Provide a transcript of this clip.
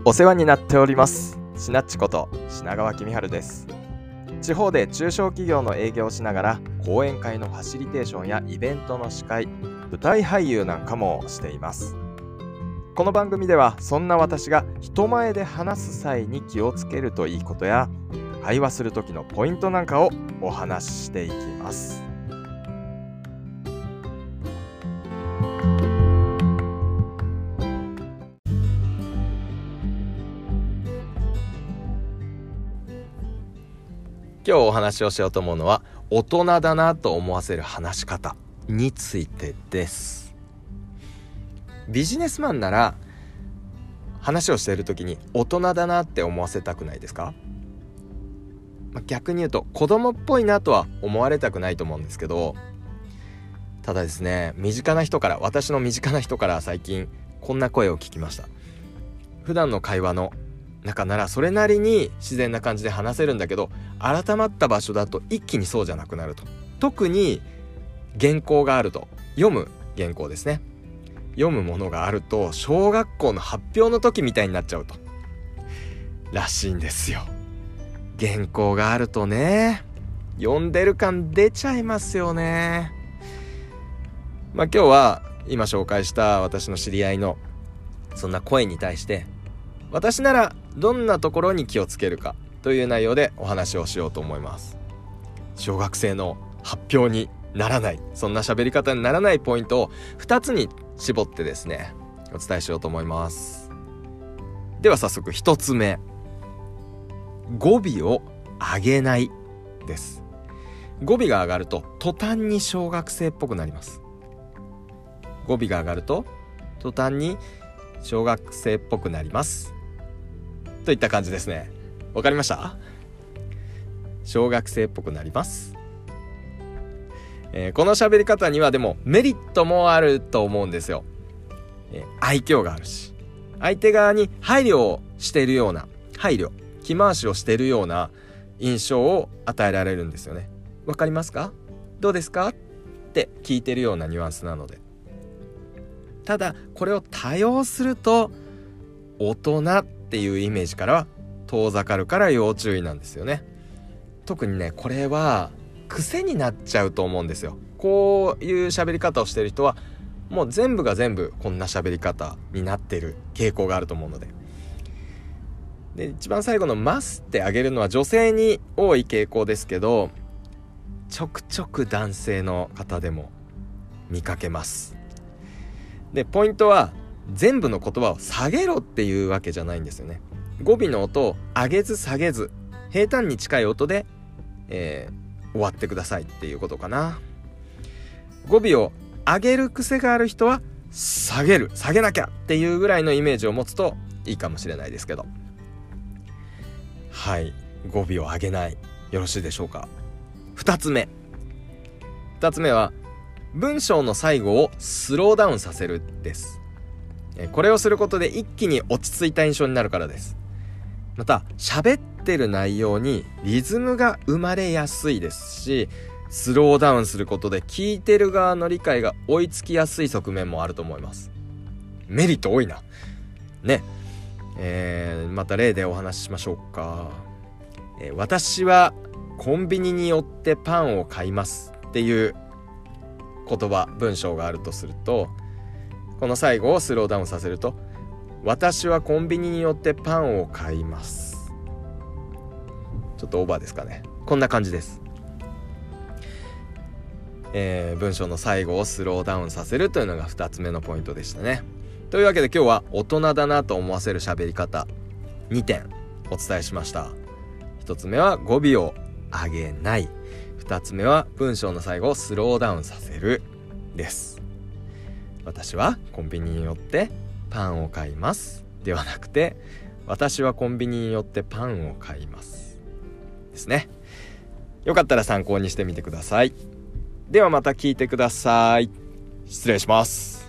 お世話になっております。しなっちこと品川公春です。地方で中小企業の営業をしながら講演会のファシリテーションやイベントの司会、舞台俳優なんかもしています。この番組ではそんな私が人前で話す際に気をつけるといいことや会話する時のポイントなんかをお話ししていきます。今日お話をしようと思うのは大人だなと思わせる話し方についてです。ビジネスマンなら話をしている時に大人だなって思わせたくないですか？逆に言うと子供っぽいなとは思われたくないと思うんですけど、ただですね、私の身近な人から最近こんな声を聞きました。普段の会話の中ならそれなりに自然な感じで話せるんだけど、改まった場所だと一気にそうじゃなくなると。特に原稿があると、読む原稿ですね、読むものがあると小学校の発表の時みたいになっちゃうとらしいんですよ。原稿があるとね、読んでる感出ちゃいますよね。今日は今紹介した私の知り合いのそんな声に対して、私ならどんなところに気をつけるかという内容でお話をしようと思います。小学生の発表にならない、そんな喋り方にならないポイントを2つに絞ってですね、お伝えしようと思います。では早速1つ目、語尾を上げないです。語尾が上がると途端に小学生っぽくなります。語尾が上がると途端に小学生っぽくなりますといった感じですね。わかりました？小学生っぽくなります。この喋り方にはでもメリットもあると思うんですよ。愛嬌があるし、相手側に配慮をしているような、着回しをしているような印象を与えられるんですよね。わかりますか？どうですか？って聞いてるようなニュアンスなので。ただこれを多用すると大人っていうイメージからは遠ざかるから要注意なんですよね。特にね、これは癖になっちゃうと思うんですよ。こういう喋り方をしてる人はもう全部が全部こんな喋り方になってる傾向があると思うので。で、一番最後のますってあげるのは女性に多い傾向ですけど、ちょくちょく男性の方でも見かけます。で、ポイントは全部の言葉を下げろっていうわけじゃないんですよね。語尾の音を上げず下げず平坦に近い音で、終わってくださいっていうことかな。語尾を上げる癖がある人は下げなきゃっていうぐらいのイメージを持つといいかもしれないですけど、はい、語尾を上げない、よろしいでしょうか。2つ目は文章の最後をスローダウンさせるです。これをすることで一気に落ち着いた印象になるからです。また喋ってる内容にリズムが生まれやすいですし、スローダウンすることで聞いてる側の理解が追いつきやすい側面もあると思います。メリット多いなね。また例でお話ししましょうか。私はコンビニに寄ってパンを買いますっていう言葉、文章があるとすると、この最後をスローダウンさせると、私はコンビニに寄ってパンを買います。ちょっとオーバーですかね。こんな感じです。文章の最後をスローダウンさせるというのが2つ目のポイントでしたね。というわけで今日は大人だなと思わせる喋り方2点お伝えしました。1つ目は語尾を上げない、2つ目は文章の最後をスローダウンさせるです。私はコンビニに寄ってパンを買いますではなくて、私はコンビニに寄ってパンを買いますですね。よかったら参考にしてみてください。ではまた聞いてください。失礼します。